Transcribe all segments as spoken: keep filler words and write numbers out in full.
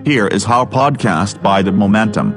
Here is our podcast by The Momentum.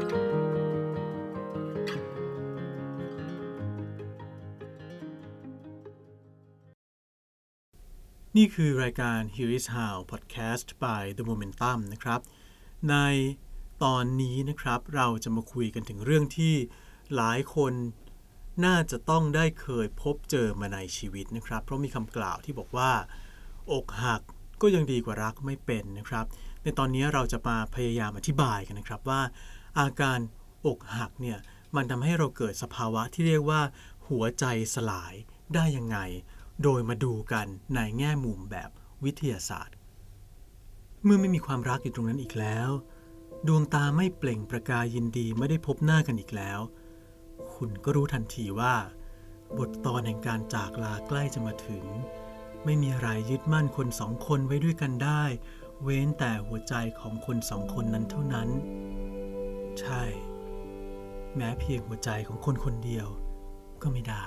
นี่คือรายการ Here is How Podcast by The Momentum นะครับในตอนนี้นะครับเราจะมาคุยกันถึงเรื่องที่หลายคนน่าจะต้องได้เคยพบเจอมาในชีวิตนะครับเพราะมีคำกล่าวที่บอกว่าอกหักก็ยังดีกว่ารักไม่เป็นนะครับในตอนนี้เราจะมาพยายามอธิบายกันนะครับว่าอาการอกหักเนี่ยมันทำให้เราเกิดสภาวะที่เรียกว่าหัวใจสลายได้ยังไงโดยมาดูกันในแง่มุมแบบวิทยาศาสตร์เมื่อไม่มีความรักอยู่ตรงนั้นอีกแล้วดวงตาไม่เปล่งประกายยินดีไม่ได้พบหน้ากันอีกแล้วคุณก็รู้ทันทีว่าบทตอนแห่งการจากลาใกล้จะมาถึงไม่มีอะไรยึดมั่นคนสองคนไว้ด้วยกันได้เว้นแต่หัวใจของคนสองคนนั้นเท่านั้นใช่แม้เพียงหัวใจของคนคนเดียวก็ไม่ได้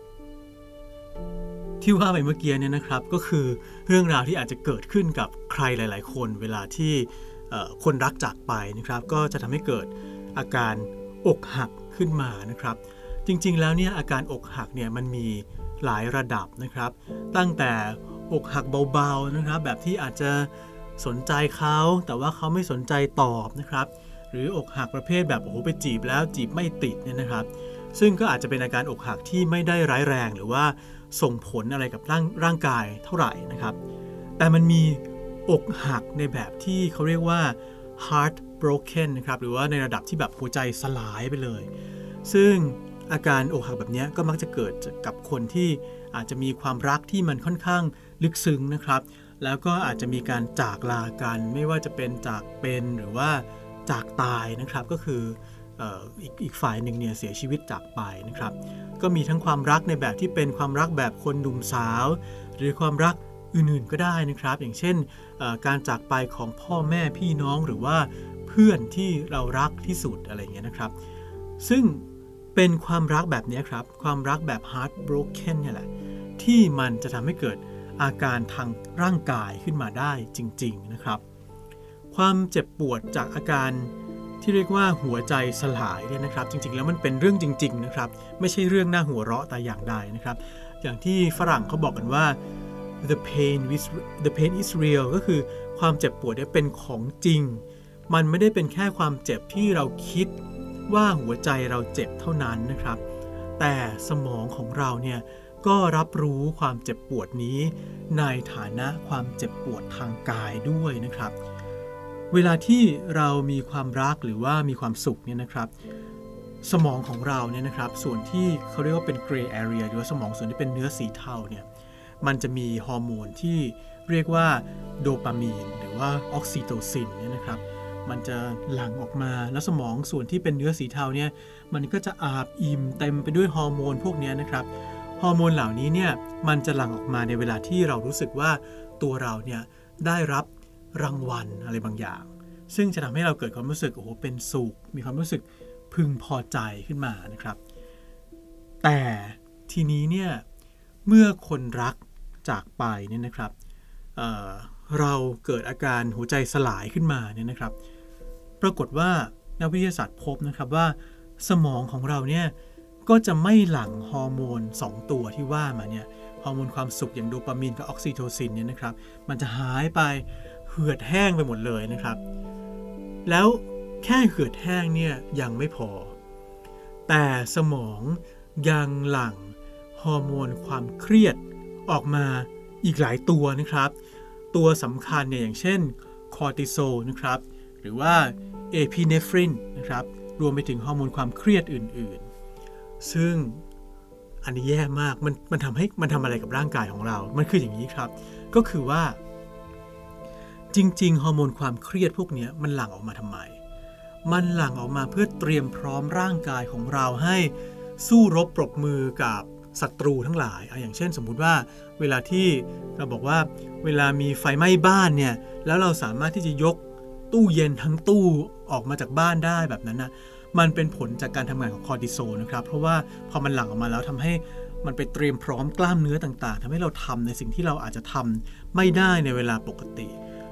ที่ว่าไปเมื่อกี้เนี่ยนะครับก็คือเรื่องราวที่อาจจะเกิดขึ้นกับใครหลายๆคนเวลาที่คนรักจากไปนะครับก็จะทำให้เกิดอาการอกหักขึ้นมานะครับจริงๆแล้วเนี่ยอาการอกหักเนี่ยมันมีหลายระดับนะครับตั้งแต่อกหักเบาๆนะครับแบบที่อาจจะสนใจเขาแต่ว่าเขาไม่สนใจตอบนะครับหรืออกหักประเภทแบบโอ้โหไปจีบแล้วจีบไม่ติดเนี่ยนะครับซึ่งก็อาจจะเป็นอาการอกหักที่ไม่ได้ร้ายแรงหรือว่าส่งผลอะไรกับร่างร่างกายเท่าไหร่นะครับแต่มันมีอกหักในแบบที่เขาเรียกว่า heart broken นะครับหรือว่าในระดับที่แบบหัวใจสลายไปเลยซึ่งอาการอกหักแบบนี้ก็มักจะเกิดกับคนที่อาจจะมีความรักที่มันค่อนข้างลึกซึ้งนะครับแล้วก็อาจจะมีการจากลากันไม่ว่าจะเป็นจากเป็นหรือว่าจากตายนะครับก็คือเอ่ออีกอีกฝ่ายหนึ่งเนี่ยเสียชีวิตจากไปนะครับก็มีทั้งความรักในแบบที่เป็นความรักแบบคนหนุ่มสาวหรือความรักอื่นๆก็ได้นะครับอย่างเช่นการจากไปของพ่อแม่พี่น้องหรือว่าเพื่อนที่เรารักที่สุดอะไรอย่างเงี้ยนะครับซึ่งเป็นความรักแบบนี้ครับความรักแบบ heart broken เนี่ยแหละที่มันจะทำให้เกิดอาการทางร่างกายขึ้นมาได้จริงๆนะครับความเจ็บปวดจากอาการที่เรียกว่าหัวใจสลายเนี่ยนะครับจริงๆแล้วมันเป็นเรื่องจริงๆนะครับไม่ใช่เรื่องน่าหัวเราะแต่อย่างใดนะครับอย่างที่ฝรั่งเขาบอกกันว่า the pain is the pain is real ก็คือความเจ็บปวดเนี่ยเป็นของจริงมันไม่ได้เป็นแค่ความเจ็บที่เราคิดว่าหัวใจเราเจ็บเท่านั้นนะครับแต่สมองของเราเนี่ยก็รับรู้ความเจ็บปวดนี้ในฐานะความเจ็บปวดทางกายด้วยนะครับเวลาที่เรามีความรักหรือว่ามีความสุขเนี่ยนะครับสมองของเราเนี่ยนะครับส่วนที่เขาเรียกว่าเป็น gray area หรือว่าสมองส่วนที่เป็นเนื้อสีเทาเนี่ยมันจะมีฮอร์โมนที่เรียกว่าโดปามีนหรือว่าออกซิโทซินเนี่ยนะครับมันจะหลั่งออกมาแล้วสมองส่วนที่เป็นเนื้อสีเทาเนี่ยมันก็จะอาบอิ่มเต็มไปด้วยฮอร์โมนพวกนี้นะครับฮอร์โมนเหล่านี้เนี่ยมันจะหลั่งออกมาในเวลาที่เรารู้สึกว่าตัวเราเนี่ยได้รับรางวัลอะไรบางอย่างซึ่งจะทำให้เราเกิดความรู้สึกโอ้โหเป็นสุขมีความรู้สึกพึงพอใจขึ้นมานะครับแต่ทีนี้เนี่ยเมื่อคนรักจากไปเนี่ยนะครับ เอ่อ เราเกิดอาการหัวใจสลายขึ้นมาเนี่ยนะครับปรากฏว่านักวิทยาศาสตร์พบนะครับว่าสมองของเราเนี่ยก็จะไม่หลั่งฮอร์โมนสองตัวที่ว่ามาเนี่ยฮอร์โมนความสุขอย่างโดปามีนกับออกซิโทซินเนี่ยนะครับมันจะหายไปเหือดแห้งไปหมดเลยนะครับแล้วแค่เหือดแห้งเนี่ยยังไม่พอแต่สมองยังหลั่งฮอร์โมนความเครียดออกมาอีกหลายตัวนะครับตัวสำคัญเนี่ยอย่างเช่นคอร์ติโซลนะครับหรือว่าเอพิเนฟรินนะครับรวมไปถึงฮอร์โมนความเครียดอื่นๆซึ่งอันนี้แย่มากมันมันทำให้มันทำอะไรกับร่างกายของเรามันคืออย่างนี้ครับก็คือว่าจริงๆฮอร์โมนความเครียดพวกนี้มันหลั่งออกมาทำไมมันหลั่งออกมาเพื่อเตรียมพร้อมร่างกายของเราให้สู้รบปรบมือกับศัตรูทั้งหลายอย่างเช่นสมมุติว่าเวลาที่เราบอกว่าเวลามีไฟไหม้บ้านเนี่ยแล้วเราสามารถที่จะยกตู้เย็นทั้งตู้ออกมาจากบ้านได้แบบนั้นนะมันเป็นผลจากการทำงานของคอร์ติโซลนะครับเพราะว่าพอมันหลั่งออกมาแล้วทำให้มันไปเตรียมพร้อมกล้ามเนื้อต่างๆทำให้เราทำในสิ่งที่เราอาจจะทำไม่ได้ในเวลาปกติ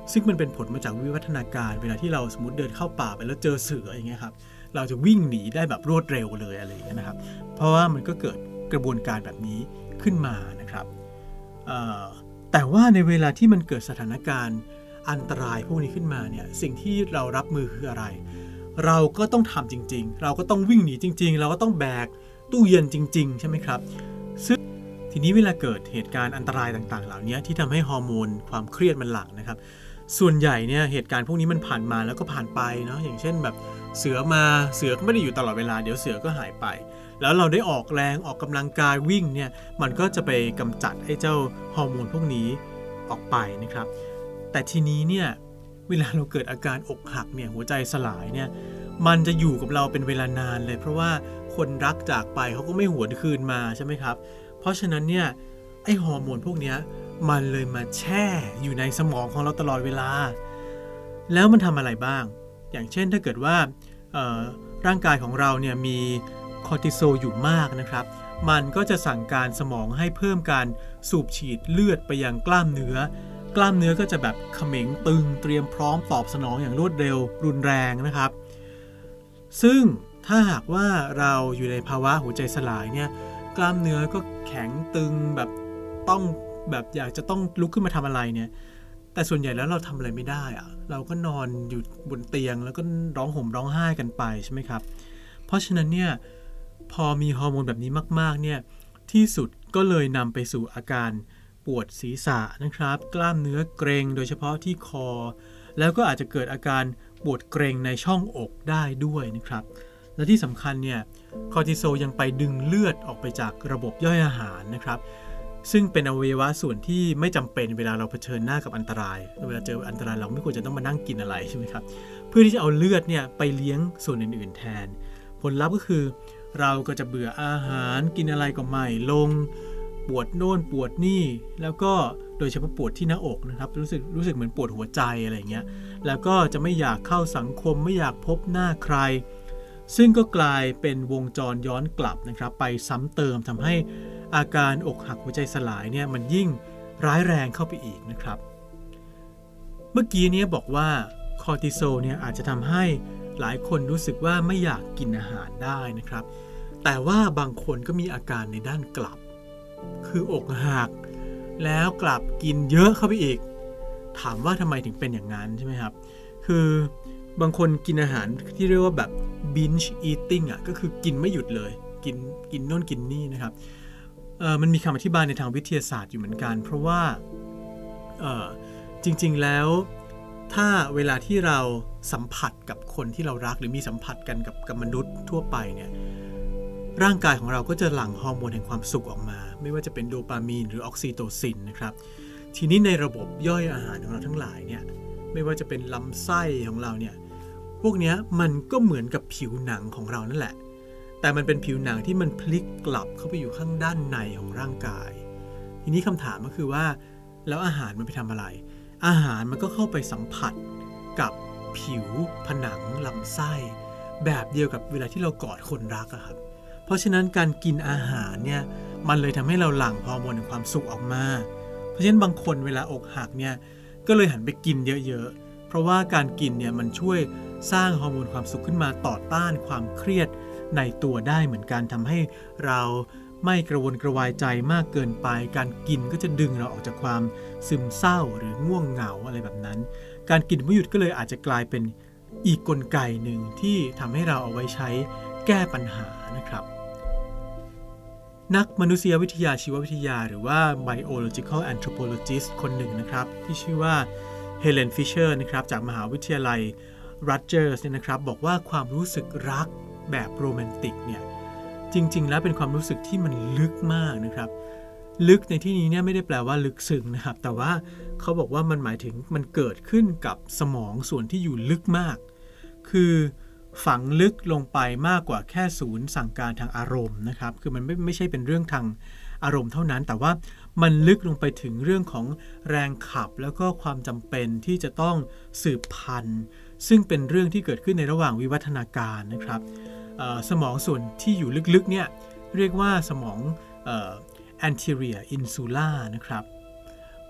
ซึ่งมันเป็นผลมาจากวิวัฒนาการเวลาที่เราสมมติเดินเข้าป่าไปแล้วเจอเสืออย่างเงี้ยครับเราจะวิ่งหนีได้แบบรวดเร็วเลยอะไรอย่างเงี้ยนะครับเพราะว่ามันก็เกิดกระบวนการแบบนี้ขึ้นมานะครับแต่ว่าในเวลาที่มันเกิดสถานการณ์อันตรายพวกนี้ขึ้นมาเนี่ยสิ่งที่เรารับมือคืออะไรเราก็ต้องทำจริงๆเราก็ต้องวิ่งหนีจริงๆเราก็ต้องแบกตู้เย็นจริงๆใช่ไหมครับซึ่งทีนี้เวลาเกิดเหตุการณ์อันตรายต่างๆเหล่านี้ที่ทำให้ฮอร์โมนความเครียดมันหลั่งนะครับส่วนใหญ่เนี่ยเหตุการณ์พวกนี้มันผ่านมาแล้วก็ผ่านไปเนาะอย่างเช่นแบบเสือมาเสือก็ไม่ได้อยู่ตลอดเวลาเดี๋ยวเสือก็หายไปแล้วเราได้ออกแรงออกกำลังกายวิ่งเนี่ยมันก็จะไปกำจัดไอ้เจ้าฮอร์โมนพวกนี้ออกไปนะครับแต่ทีนี้เนี่ยเวลาเราเกิดอาการอกหักเนี่ยหัวใจสลายเนี่ยมันจะอยู่กับเราเป็นเวลานานเลยเพราะว่าคนรักจากไปเขาก็ไม่หวนคืนมาใช่ไหมครับเพราะฉะนั้นเนี่ยไอ้ฮอร์โมนพวกนี้มันเลยมาแช่อยู่ในสมองของเราตลอดเวลาแล้วมันทำอะไรบ้างอย่างเช่นถ้าเกิดว่าร่างกายของเราเนี่ยมีคอร์ติซอลอยู่มากนะครับมันก็จะสั่งการสมองให้เพิ่มการสูบฉีดเลือดไปยังกล้ามเนื้อกล้ามเนื้อก็จะแบบเขม็งตึงเตรียมพร้อมตอบสนองอย่างรวดเร็วรุนแรงนะครับซึ่งถ้าหากว่าเราอยู่ในภาวะหัวใจสลายเนี่ยกล้ามเนื้อก็แข็งตึงแบบต้องแบบอยากจะต้องลุกขึ้นมาทำอะไรเนี่ยแต่ส่วนใหญ่แล้วเราทำอะไรไม่ได้อะเราก็นอนอยู่บนเตียงแล้วก็ร้องห่มร้องไห้กันไปใช่ไหมครับเพราะฉะนั้นเนี่ยพอมีฮอร์โมนแบบนี้มากๆเนี่ยที่สุดก็เลยนำไปสู่อาการปวดศีรษะนะครับกล้ามเนื้อเกร็งโดยเฉพาะที่คอแล้วก็อาจจะเกิดอาการปวดเกร็งในช่องอกได้ด้วยนะครับและที่สำคัญเนี่ยคอร์ติซอลยังไปดึงเลือดออกไปจากระบบย่อยอาหารนะครับซึ่งเป็นอวัยวะส่วนที่ไม่จำเป็นเวลาเราเผชิญหน้ากับอันตรายเวลาเจออันตรายเราไม่ควรจะต้องมานั่งกินอะไรใช่ไหมครับเพื่อที่จะเอาเลือดเนี่ยไปเลี้ยงส่วนอื่นๆแทนผลลัพธ์ก็คือเราก็จะเบื่ออาหารกินอะไรก็ไม่ลงปวดโน่นปวดนี่แล้วก็โดยเฉพาะปวดที่หน้าอกนะครับรู้สึกรู้สึกเหมือนปวดหัวใจอะไรเงี้ยแล้วก็จะไม่อยากเข้าสังคมไม่อยากพบหน้าใครซึ่งก็กลายเป็นวงจรย้อนกลับนะครับไปซ้ำเติมทำให้อาการอกหักหัวใจสลายเนี่ยมันยิ่งร้ายแรงเข้าไปอีกนะครับเมื่อกี้เนี่ยบอกว่าคอร์ติซอลเนี่ยอาจจะทำให้หลายคนรู้สึกว่าไม่อยากกินอาหารได้นะครับแต่ว่าบางคนก็มีอาการในด้านกลับคืออกหักแล้วกลับกินเยอะเข้าไปอีกถามว่าทำไมถึงเป็นอย่างนั้นใช่ไหมครับคือบางคนกินอาหารที่เรียกว่าแบบ binge eating อ่ะก็คือกินไม่หยุดเลยกินกินโน่นกินนี่นะครับเอ่อมันมีคำอธิบายในทางวิทยาศาสตร์อยู่เหมือนกันเพราะว่าเอ่อจริงๆแล้วถ้าเวลาที่เราสัมผัสกับคนที่เรารักหรือมีสัมผัสกันกับกับมนุษย์ทั่วไปเนี่ยร่างกายของเราก็จะหลั่งฮอร์โมนแห่งความสุขออกมาไม่ว่าจะเป็นโดปามีนหรือออกซิโตซินนะครับทีนี้ในระบบย่อยอาหารของเราทั้งหลายเนี่ยไม่ว่าจะเป็นลำไส้ของเราเนี่ยพวกนี้มันก็เหมือนกับผิวหนังของเรานั่นแหละแต่มันเป็นผิวหนังที่มันพลิกกลับเข้าไปอยู่ข้างด้านในของร่างกายทีนี้คำถามก็คือว่าแล้วอาหารมันไปทำอะไรอาหารมันก็เข้าไปสัมผัสกับผิวผนังลำไส้แบบเดียวกับเวลาที่เรากอดคนรักอะครับเพราะฉะนั้นการกินอาหารเนี่ยมันเลยทำให้เราหลั่งฮอร์โมนแห่งความสุขออกมาเพราะฉะนั้นบางคนเวลาอกหักเนี่ยก็เลยหันไปกินเยอะๆเพราะว่าการกินเนี่ยมันช่วยสร้างฮอร์โมนความสุขขึ้นมาต่อต้านความเครียดในตัวได้เหมือนกันทำให้เราไม่กระวนกระวายใจมากเกินไปการกินก็จะดึงเราออกจากความซึมเศร้าหรือง่วงเหงาอะไรแบบนั้นการกินไม่หยุดก็เลยอาจจะกลายเป็นอีกกลไกหนึ่งที่ทำให้เราเอาไว้ใช้แก้ปัญหานะครับนักมนุษยวิทยาชีววิทยาหรือว่า biological anthropologist คนหนึ่งนะครับที่ชื่อว่าเฮเลนฟิชเชอร์นะครับจากมหาวิทยาลัยรัตเจอร์สเนี่ยนะครับบอกว่าความรู้สึกรักแบบโรแมนติกเนี่ยจริงๆแล้วเป็นความรู้สึกที่มันลึกมากนะครับลึกในที่นี้เนี่ยไม่ได้แปลว่าลึกซึ้งนะครับแต่ว่าเขาบอกว่ามันหมายถึงมันเกิดขึ้นกับสมองส่วนที่อยู่ลึกมากคือฝังลึกลงไปมากกว่าแค่ศูนย์สั่งการทางอารมณ์นะครับคือมันไม่ไม่ใช่เป็นเรื่องทางอารมณ์เท่านั้นแต่ว่ามันลึกลงไปถึงเรื่องของแรงขับแล้วก็ความจำเป็นที่จะต้องสืบพันธุ์ซึ่งเป็นเรื่องที่เกิดขึ้นในระหว่างวิวัฒนาการนะครับสมองส่วนที่อยู่ลึกๆเนี่ยเรียกว่าสมอง anterior insula นะครับ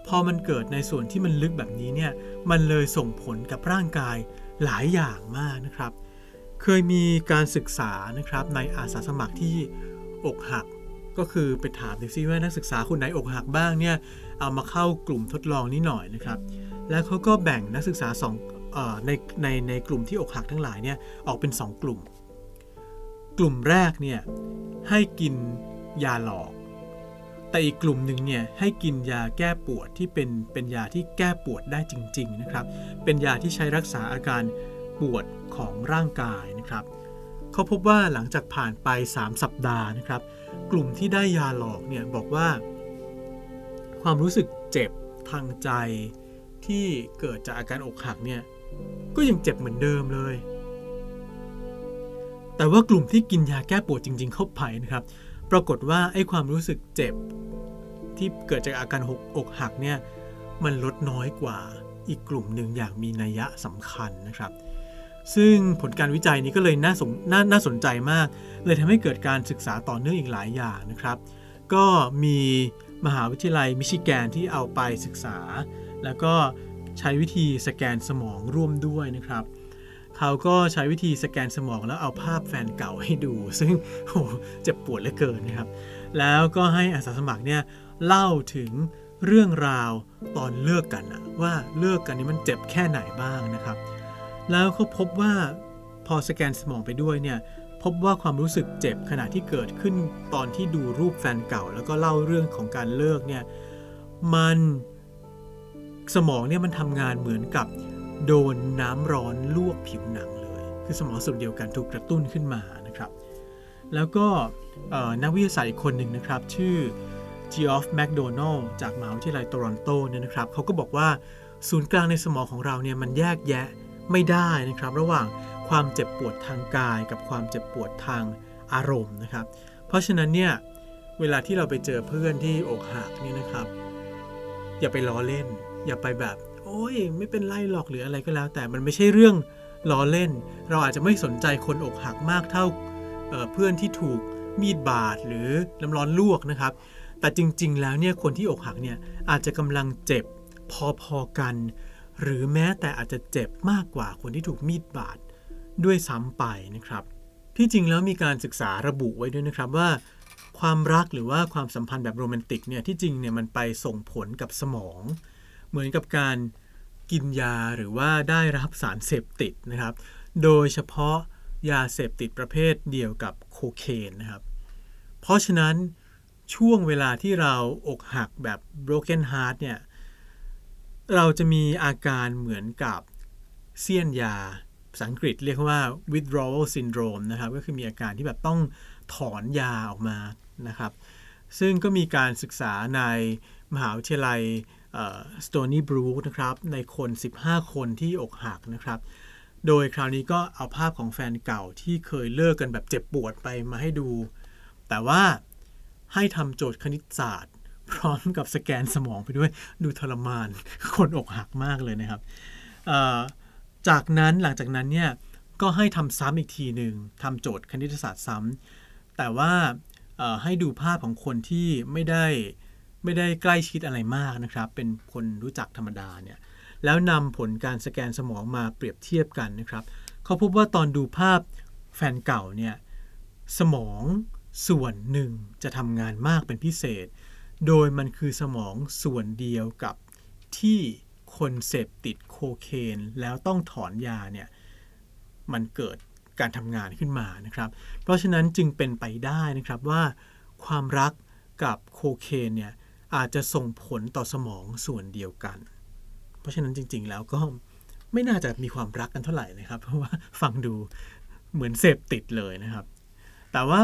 พอมันเกิดในส่วนที่มันลึกแบบนี้เนี่ยมันเลยส่งผลกับร่างกายหลายอย่างมากนะครับเคยมีการศึกษานะครับในอาสาสมัครที่อกหักก็คือไปถามดูซิว่านักศึกษาคนไหนอกหักบ้างเนี่ยเอามาเข้ากลุ่มทดลองนี้หน่อยนะครับแล้วเขาก็แบ่งนักศึกษาสองเอ่อในในในกลุ่มที่อกหักทั้งหลายเนี่ยออกเป็นสองกลุ่มกลุ่มแรกเนี่ยให้กินยาหลอกแต่อีกกลุ่มหนึ่งเนี่ยให้กินยาแก้ปวดที่เป็นเป็นยาที่แก้ปวดได้จริงๆนะครับเป็นยาที่ใช้รักษาอาการปวดของร่างกายนะครับเขาพบว่าหลังจากผ่านไปสามสัปดาห์นะครับกลุ่มที่ได้ยาหลอกเนี่ยบอกว่าความรู้สึกเจ็บทางใจที่เกิดจากอาการอกหักเนี่ยก็ยังเจ็บเหมือนเดิมเลยแต่ว่ากลุ่มที่กินยาแก้ปวดจริงๆเข้าไปนะครับปรากฏว่าไอ้ความรู้สึกเจ็บที่เกิดจากอาการอกหักเนี่ยมันลดน้อยกว่าอีกกลุ่มหนึ่งอย่างมีนัยสำคัญนะครับซึ่งผลการวิจัยนี้ก็เลยน่าสนน่าน่าสนใจมากเลยทำให้เกิดการศึกษาต่อเนื่องอีกหลายอย่างนะครับก็มีมหาวิทยาลัยมิชิแกนที่เอาไปศึกษาแล้วก็ใช้วิธีสแกนสมองร่วมด้วยนะครับเขาก็ใช้วิธีสแกนสมองแล้วเอาภาพแฟนเก่าให้ดูซึ่งโหเจ็บปวดเหลือเกินนะครับแล้วก็ให้อาสาสมัครเนี่ยเล่าถึงเรื่องราวตอนเลิกกันนะว่าเลิกกันนี้มันเจ็บแค่ไหนบ้างนะครับแล้วเขาพบว่าพอสแกนสมองไปด้วยเนี่ยพบว่าความรู้สึกเจ็บขณะที่เกิดขึ้นตอนที่ดูรูปแฟนเก่าแล้วก็เล่าเรื่องของการเลิกเนี่ยมันสมองเนี่ยมันทำงานเหมือนกับโดนน้ำร้อนลวกผิวหนังเลยคือสมองส่วนเดียวกันถูกกระตุ้นขึ้นมานะครับแล้วก็นักวิทยาศาสตร์อีกคนหนึ่งนะครับชื่อ Geoff McDonald จากมหาวิทยาลัยโตรอนโตเนี่ยนะครับเขาก็บอกว่าศูนย์กลางในสมองของเราเนี่ยมันแยกแยะไม่ได้นะครับระหว่างความเจ็บปวดทางกายกับความเจ็บปวดทางอารมณ์นะครับเพราะฉะนั้นเนี่ยเวลาที่เราไปเจอเพื่อนที่อกหักเนี่ยนะครับอย่าไปล้อเล่นอย่าไปแบบโอ้ยไม่เป็นไรหรอกหรืออะไรก็แล้วแต่มันไม่ใช่เรื่องล้อเล่นเราอาจจะไม่สนใจคนอกหักมากเท่า เอ่อ เพื่อนที่ถูกมีดบาดหรือน้ำร้อนลวกนะครับแต่จริงๆแล้วเนี่ยคนที่อกหักเนี่ยอาจจะกำลังเจ็บพอๆกันหรือแม้แต่อาจจะเจ็บมากกว่าคนที่ถูกมีดบาดด้วยซ้ำไปนะครับที่จริงแล้วมีการศึกษาระบุไว้ด้วยนะครับว่าความรักหรือว่าความสัมพันธ์แบบโรแมนติกเนี่ยที่จริงเนี่ยมันไปส่งผลกับสมองเหมือนกับการกินยาหรือว่าได้รับสารเสพติดนะครับโดยเฉพาะยาเสพติดประเภทเดียวกับโคเคนนะครับเพราะฉะนั้นช่วงเวลาที่เราอกหักแบบ broken heart เนี่ยเราจะมีอาการเหมือนกับเสี้ยนยาภาษาอังกฤษเรียกว่า withdrawal syndrome นะครับก็คือมีอาการที่แบบต้องถอนยาออกมานะครับซึ่งก็มีการศึกษาในมหาวิทยาลัยสโตนีบรูคนะครับในคนสิบห้าคนที่อกหักนะครับโดยคราวนี้ก็เอาภาพของแฟนเก่าที่เคยเลิกกันแบบเจ็บปวดไปมาให้ดูแต่ว่าให้ทำโจทย์คณิตศาสตร์พร้อมกับสแกนสมองไปด้วยดูทรมานคนอกหักมากเลยนะครับจากนั้นหลังจากนั้นเนี่ยก็ให้ทำซ้ำอีกทีหนึ่งทำโจทย์คณิตศาสตร์ซ้ำแต่ว่าให้ดูภาพของคนที่ไม่ได้ไม่ได้ใกล้ชิดอะไรมากนะครับเป็นคนรู้จักธรรมดาเนี่ยแล้วนำผลการสแกนสมองมาเปรียบเทียบกันนะครับเขาพบว่าตอนดูภาพแฟนเก่าเนี่ยสมองส่วนหนึ่งจะทำงานมากเป็นพิเศษโดยมันคือสมองส่วนเดียวกับที่คนเสพติดโคเคนแล้วต้องถอนยาเนี่ยมันเกิดการทำงานขึ้นมานะครับเพราะฉะนั้นจึงเป็นไปได้นะครับว่าความรักกับโคเคนเนี่ยอาจจะส่งผลต่อสมองส่วนเดียวกันเพราะฉะนั้นจริงๆแล้วก็ไม่น่าจะมีความรักกันเท่าไหร่นะครับเพราะว่าฟังดูเหมือนเสพติดเลยนะครับแต่ว่า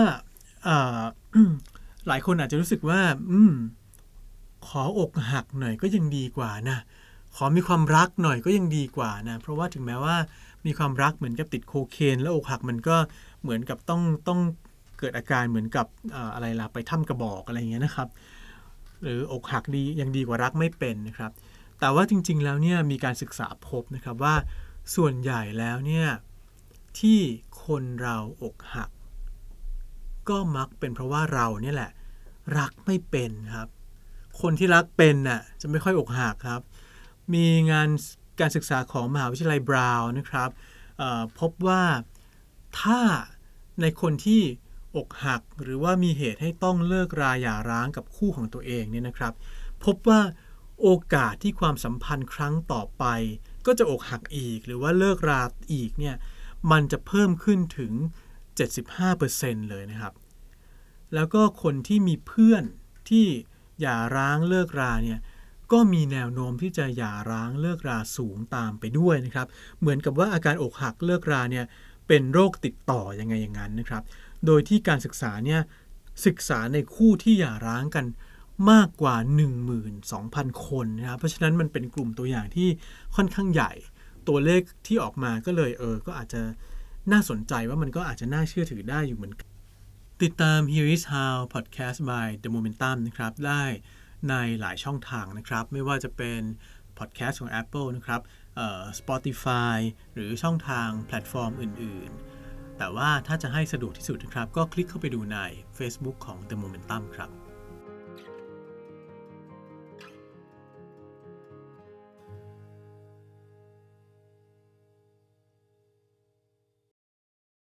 หลายคนอาจจะรู้สึกว่าอืมขออกหักหน่อยก็ยังดีกว่านะขอมีความรักหน่อยก็ยังดีกว่านะเพราะว่าถึงแม้ว่ามีความรักเหมือนกับติดโคเคนแล้วอกหักมันก็เหมือนกับต้องต้องเกิดอาการเหมือนกับอะไรล่ะไปถ้ำกระบอกอะไรอย่างเงี้ยนะครับหรืออกหักดียังดีกว่ารักไม่เป็นนะครับแต่ว่าจริงๆแล้วเนี่ยมีการศึกษาพบนะครับว่าส่วนใหญ่แล้วเนี่ยที่คนเราอกหักก็มักเป็นเพราะว่าเราเนี่ยแหละรักไม่เป็นครับคนที่รักเป็นน่ะจะไม่ค่อยอกหักครับมีงานการศึกษาของมหาวิทยาลัยบราวน์นะครับพบว่าถ้าในคนที่อกหักหรือว่ามีเหตุให้ต้องเลิกราหย่าร้างกับคู่ของตัวเองเนี่ยนะครับพบว่าโอกาสที่ความสัมพันธ์ครั้งต่อไปก็จะอกหักอีกหรือว่าเลิกราอีกเนี่ยมันจะเพิ่มขึ้นถึง เจ็ดสิบห้าเปอร์เซ็นต์ เลยนะครับแล้วก็คนที่มีเพื่อนที่หย่าร้างเลิกราเนี่ยก็มีแนวโน้มที่จะหย่าร้างเลิกราสูงตามไปด้วยนะครับเหมือนกับว่าอาการอกหักเลิกราเนี่ยเป็นโรคติดต่อยังไงอย่างนั้นนะครับโดยที่การศึกษาเนี่ยศึกษาในคู่ที่หย่าร้างกันมากกว่า หนึ่งหมื่นสองพัน คนนะครับเพราะฉะนั้นมันเป็นกลุ่มตัวอย่างที่ค่อนข้างใหญ่ตัวเลขที่ออกมาก็เลยเออก็อาจจะน่าสนใจว่ามันก็อาจจะน่าเชื่อถือได้อยู่เหมือนกันติดตาม Here is How Podcast by The Momentum นะครับได้ในหลายช่องทางนะครับไม่ว่าจะเป็น Podcast ของ Apple นะครับเอ่อ Spotify หรือช่องทางแพลตฟอร์มอื่นๆแต่ว่าถ้าจะให้สะดวกที่สุดนะครับก็คลิกเข้าไปดูใน Facebook ของ The Momentum ครับ